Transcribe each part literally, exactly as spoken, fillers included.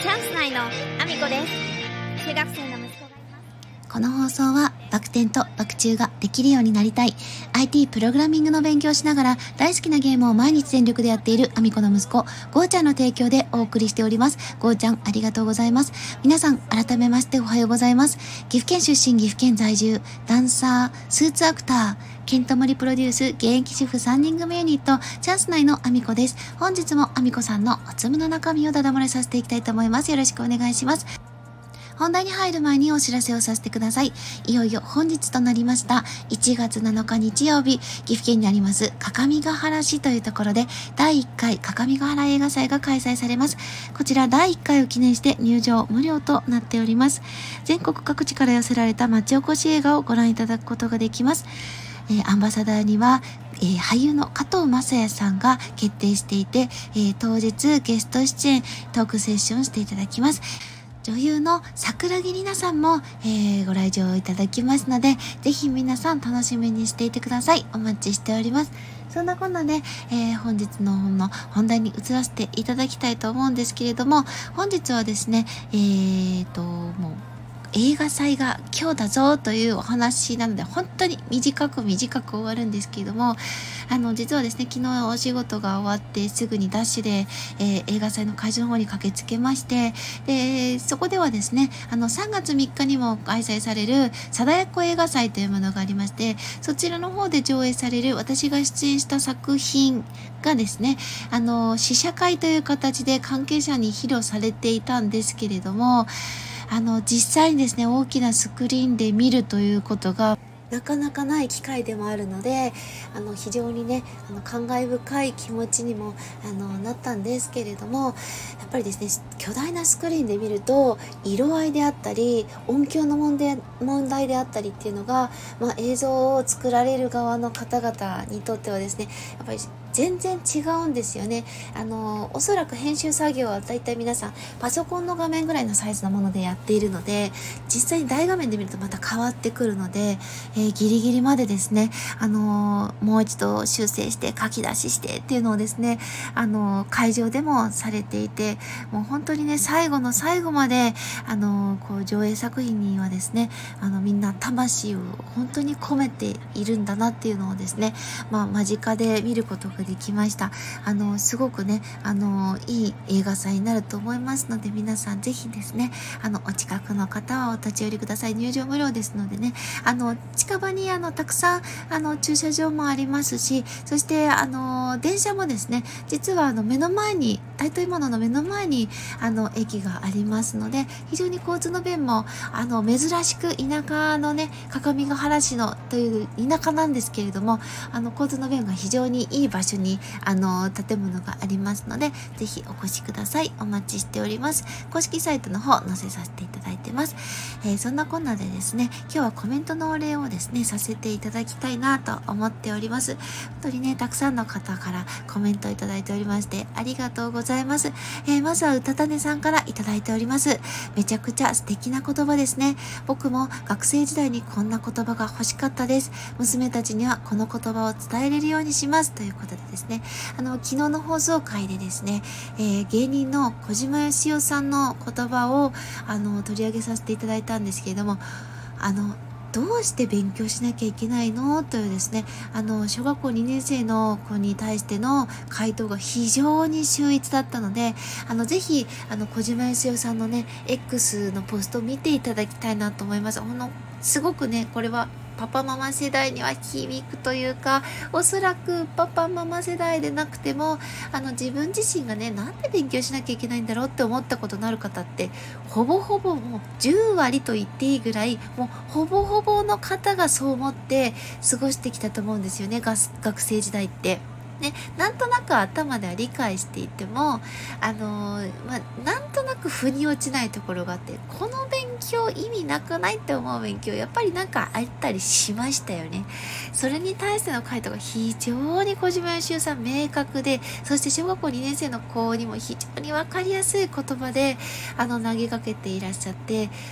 チャンス内のアミコです。中学生の息子がいます。 この放送はバク転とバク宙ができるようになりたい アイティー プログラミングの勉強をしながら大好きなゲームを毎日全力でやっているアミコの息子ゴーちゃんの提供でお送りしております。ゴーちゃんありがとうございます。皆さん改めましておはようございます。岐阜県出身、岐阜県在住、ダンサー、スーツアクター、ケントモリプロデュース、現役主婦さんにん組ユニット、チャンス内のアミコです。本日もアミコさんのおつむの中身をダダ漏れさせていきたいと思います。よろしくお願いします。本題に入る前にお知らせをさせてください。いよいよ本日となりましたいちがつなのか日曜日、岐阜県にあります各務原市というところでだいいっかい各務原映画祭が開催されます。こちらだいいっかいを記念して入場無料となっております。全国各地から寄せられた町おこし映画をご覧いただくことができます。えー、アンバサダーには、えー、俳優の加藤雅也さんが決定していて、えー、当日ゲスト出演トークセッションしていただきます。女優の桜木里奈さんも、えー、ご来場いただきますので、ぜひ皆さん楽しみにしていてください。お待ちしております。そんなこんなで、えー、本日のの本題に移らせていただきたいと思うんですけれども、本日はですね、えーと、もう映画祭が今日だぞというお話なので、本当に短く短く終わるんですけれども、あの実はですね、昨日お仕事が終わってすぐにダッシュで、えー、映画祭の会場の方に駆けつけまして、でそこではですね、あのさんがつみっかにも開催される貞奴映画祭というものがありまして、そちらの方で上映される私が出演した作品がですね、あの試写会という形で関係者に披露されていたんですけれども、あの実際にですね、大きなスクリーンで見るということがなかなかない機会でもあるので、あの非常にね、あの感慨深い気持ちにもあのなったんですけれども、やっぱりですね、巨大なスクリーンで見ると色合いであったり音響の問題問題であったりっていうのが、まあ、映像を作られる側の方々にとってはですね、やっぱり全然違うんですよね。あのおそらく編集作業はだいたい皆さんパソコンの画面ぐらいのサイズのものでやっているので、実際に大画面で見るとまた変わってくるので、えー、ギリギリまでですね、あのー、もう一度修正して書き出ししてっていうのをですね、あのー、会場でもされていて、もう本当にね、最後の最後まであのー、こう上映作品にはですね、あのみんな魂を本当に込めているんだなっていうのをですね、まあ、間近で見ることができました。あのすごくね、あのいい映画祭になると思いますので、皆さんぜひですね、あのお近くの方はお立ち寄りください。入場無料ですのでね、あの近場にあのたくさんあの駐車場もありますし、そしてあの電車もですね、実はあの目の前に、大東今の目の前にあの駅がありますので、非常に交通の便もあの珍しく田舎のね、各務原市のという田舎なんですけれども、あの交通の便が非常にいい場所にあの建物がありますので、ぜひお越しください。お待ちしております。公式サイトの方載せさせていただいてます。えー、そんなこんなでですね、今日はコメントのお礼をですねさせていただきたいなと思っております。本当にね、たくさんの方からコメントいただいておりましてありがとうございます。えー、まずはうたたねさんからいただいております。めちゃくちゃ素敵な言葉ですね。僕も学生時代にこんな言葉が欲しかったです。娘たちにはこの言葉を伝えれるようにします、ということでですね、あの昨日の放送回でですね、えー、芸人の小島よしおさんの言葉をあの取り上げさせていただいたんですけれども、あのどうして勉強しなきゃいけないのというですね、あの小学校にねん生の子に対しての回答が非常に秀逸だったので、あのぜひあの小島よしおさんのね X のポストを見ていただきたいなと思います。ほんのすごくね、これはパパママ世代には響くというか、おそらくパパママ世代でなくても、あの自分自身がね、なんで勉強しなきゃいけないんだろうって思ったことのある方ってほぼほぼもうじゅうわりと言っていいぐらい、もうほぼほぼの方がそう思って過ごしてきたと思うんですよね、学学生時代ってね。なんとなく頭では理解していても、あのー、まあ、なんとなく腑に落ちないところがあって、この勉強意味なくないって思う勉強やっぱりなんかあったりしましたよね。それに対しての回答が非常に小島よしおさん明確で、そして小学校にねん生の子にも非常に分かりやすい言葉であの投げかけていらっしゃって、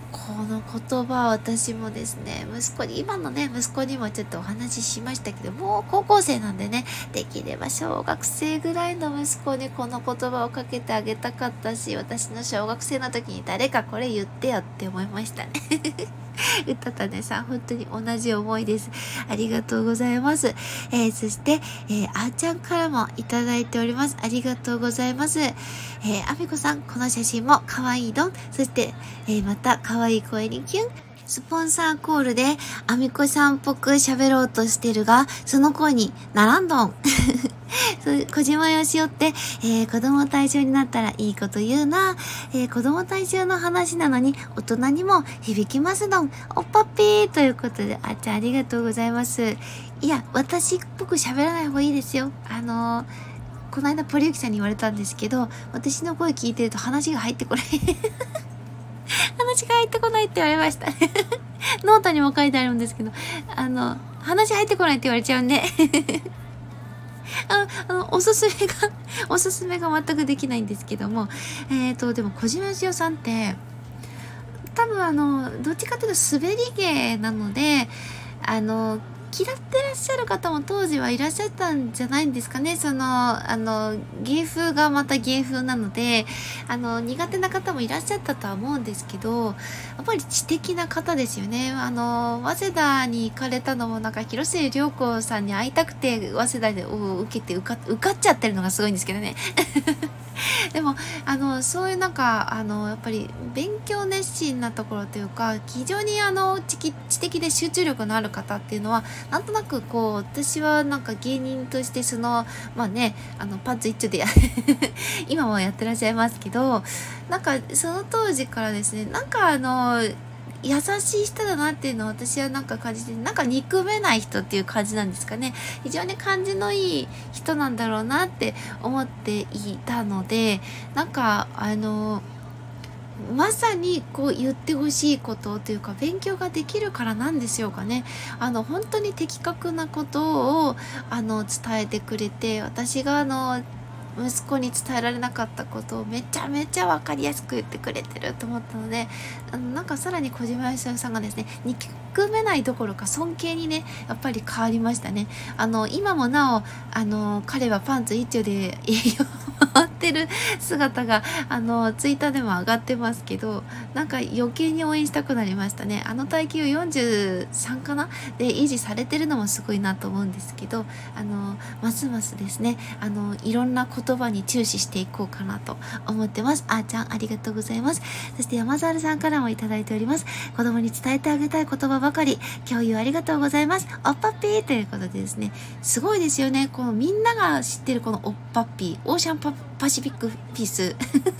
この言葉は私もですね、息子に、今のね、息子にもちょっとお話ししましたけど、もう高校生なんでね、できれば小学生ぐらいの息子にこの言葉をかけてあげたかったし、私の小学生の時に誰かこれ言ってよって思いましたね。うたたねさん、本当に同じ思いです。ありがとうございます。えー、そして、えー、あーちゃんからもいただいております。ありがとうございます。えー、あみこさん、この写真も可愛いどん。そして、えー、また可愛い声にキュン。スポンサーコールで、あみこさんっぽく喋ろうとしてるが、その声にならんどん。小島よしおって、えー、子供対象になったらいいこと言うな。えー、子供対象の話なのに大人にも響きますどん。おっぱっぴーということで、あっちゃんありがとうございます。いや、私っぽく喋らない方がいいですよ。あのー、この間ポリユキさんに言われたんですけど、私の声聞いてると話が入ってこない。話が入ってこないって言われました。ノートにも書いてあるんですけど、あの、話入ってこないって言われちゃうんで。ああの、おすすめが、おすすめが全くできないんですけども、えっと、でも小島よしおさんって、多分あの、どっちかというと滑り芸なので、あの、嫌ってらっしゃる方も当時はいらっしゃったんじゃないんですかね。その、あの、芸風がまた芸風なので、あの、苦手な方もいらっしゃったとは思うんですけど、やっぱり知的な方ですよね。あの、早稲田に行かれたのもなんか広末涼子さんに会いたくて、早稲田でを受けて受か、受かっちゃってるのがすごいんですけどね。でも、あの、そういうなんか、あの、やっぱり勉強熱心なところというか、非常にあの、知知的で集中力のある方っていうのは、なんとなくこう、私はなんか芸人としてその、まあね、あの、パンツ一丁でや、今もやってらっしゃいますけど、なんかその当時からですね、なんかあの、優しい人だなっていうのを私はなんか感じて、なんか憎めない人っていう感じなんですかね。非常に感じのいい人なんだろうなって思っていたので、なんかあの、まさにこう言ってほしいことというか勉強ができるからなんですよかね。あの本当に的確なことをあの伝えてくれて、私があの息子に伝えられなかったことをめちゃめちゃ分かりやすく言ってくれてると思ったので、あのなんかさらに小島よしおさんがですね、憎めないどころか尊敬にね、やっぱり変わりましたね。あの今もなおあの彼はパンツ一丁で営業回ってる姿があのツイッターでも上がってますけど、なんか余計に応援したくなりましたね。あの体型をよんじゅうさんかなで維持されてるのもすごいなと思うんですけど、あのますますですね、あのいろんな言葉に注視していこうかなと思ってます。あーちゃんありがとうございます。そして山猿さんからもいただいております。子供に伝えてあげたい言葉ばかり共有ありがとうございます。おっぱっぴーということでですね、すごいですよね。このみんなが知ってるこのおっぱっぴー、オーシャンパパシフィックピース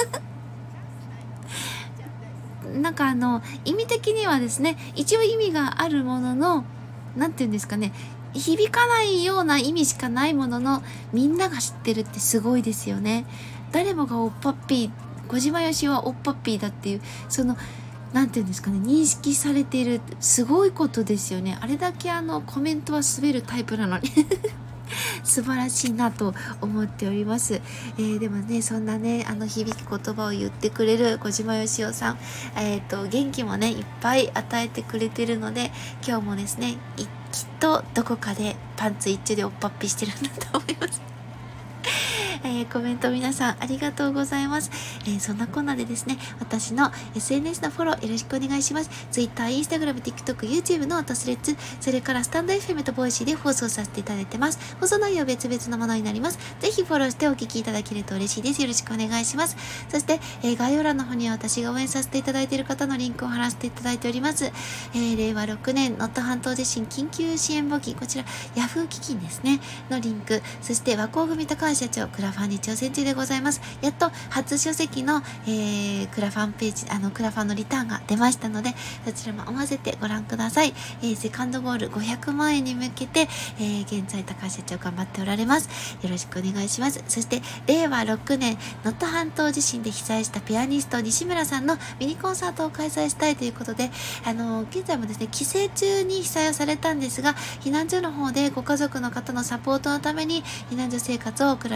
なんかあの意味的にはですね、一応意味があるものの、なんていうんですかね、響かないような意味しかないものの、みんなが知ってるってすごいですよね。誰もがおっぱっぴー、小島よしおはおっぱっぴーだっていう、そのなんていうんですかね、認識されている、すごいことですよね。あれだけあのコメントは滑るタイプなのに素晴らしいなと思っております。えー、でもね、そんなね、あの響く言葉を言ってくれる小島よしおさん、えっと、元気もね、いっぱい与えてくれてるので、今日もですね、きっとどこかでパンツ一丁でおっぱっぴしてるんだと思います。えー、コメント皆さんありがとうございます。えー、そんなこんなでですね、私の エスエヌエス のフォローよろしくお願いします。Twitter、Instagram、TikTok、YouTube のトスレッツ、それからスタンド エフエム とボイシーで放送させていただいてます。放送内容別々のものになります。ぜひフォローしてお聞きいただけると嬉しいです。よろしくお願いします。そして、えー、概要欄の方には私が応援させていただいている方のリンクを貼らせていただいております。えー、れいわろくねん能登半島地震緊急支援募金、こちらヤフー基金ですねのリンク、そして和光組高橋社長クラファンに挑戦中でございます。やっと初書籍の、えー、クラファンページ、あのクラファンのリターンが出ましたので、そちらも合わせてご覧ください。えー、セカンドゴールごひゃくまんえんに向けて、えー、現在高橋社長頑張っておられます。よろしくお願いします。そしてれいわろくねん能登半島地震で被災したピアニスト西村さんのミニコンサートを開催したいということで、あの現在もですね、帰省中に被災をされたんですが、避難所の方でご家族の方のサポートのために避難所生活を送られております。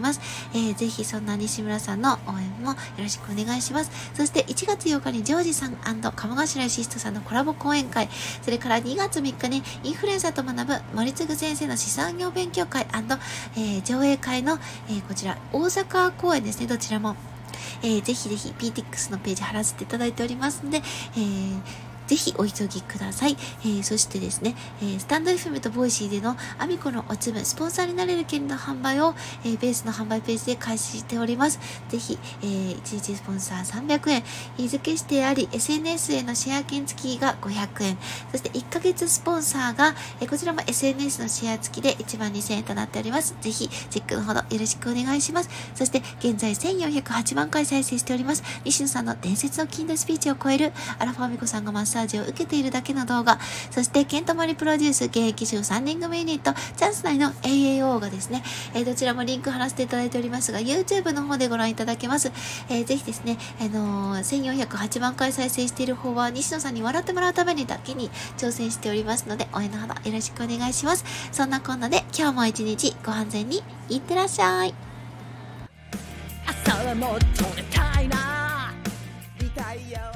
ます。えー、ぜひそんな西村さんの応援もよろしくお願いします。そしていちがつようかにジョージさん&鴨頭シストさんのコラボ講演会、それからにがつみっかにインフルエンサーと学ぶ森次先生の資産業勉強会&、えー、上映会の、えー、こちら大阪公演ですね。どちらも、えー、ぜひぜひ ピーティックス のページ貼らせていただいておりますので、えーぜひお急ぎください。えー、そしてですね、えー、スタンド エフエム とボイシーでのアミコのおつむスポンサーになれる券の販売を、えー、ベースの販売ページで開始しております。ぜひ、えー、いちにちスポンサーさんびゃくえん、日付指定あり エスエヌエス へのシェア券付きがごひゃくえん、そしていっかげつスポンサーが、えー、こちらも エスエヌエス のシェア付きでいちまんにせんえんとなっております。ぜひチェックのほどよろしくお願いします。そして現在せんよんひゃくはちまんかい再生しております西野さんの伝説の近代スピーチを超えるアラフォーミコさんがマッサージを受けているだけの動画、そしてケントマリプロデュース現役主さんにん組ユニットチャンス内の エーエーオー がですね、えー、どちらもリンク貼らせていただいておりますが YouTube の方でご覧いただけます。えー、ぜひですね、あのー、せんよんひゃくはちまんかい再生している方は西野さんに笑ってもらうためにだけに挑戦しておりますので応援のほどよろしくお願いします。そんなこんなで今日も一日ご安全にいってらっしゃい。 朝はもっと寝たいな、見たいよ。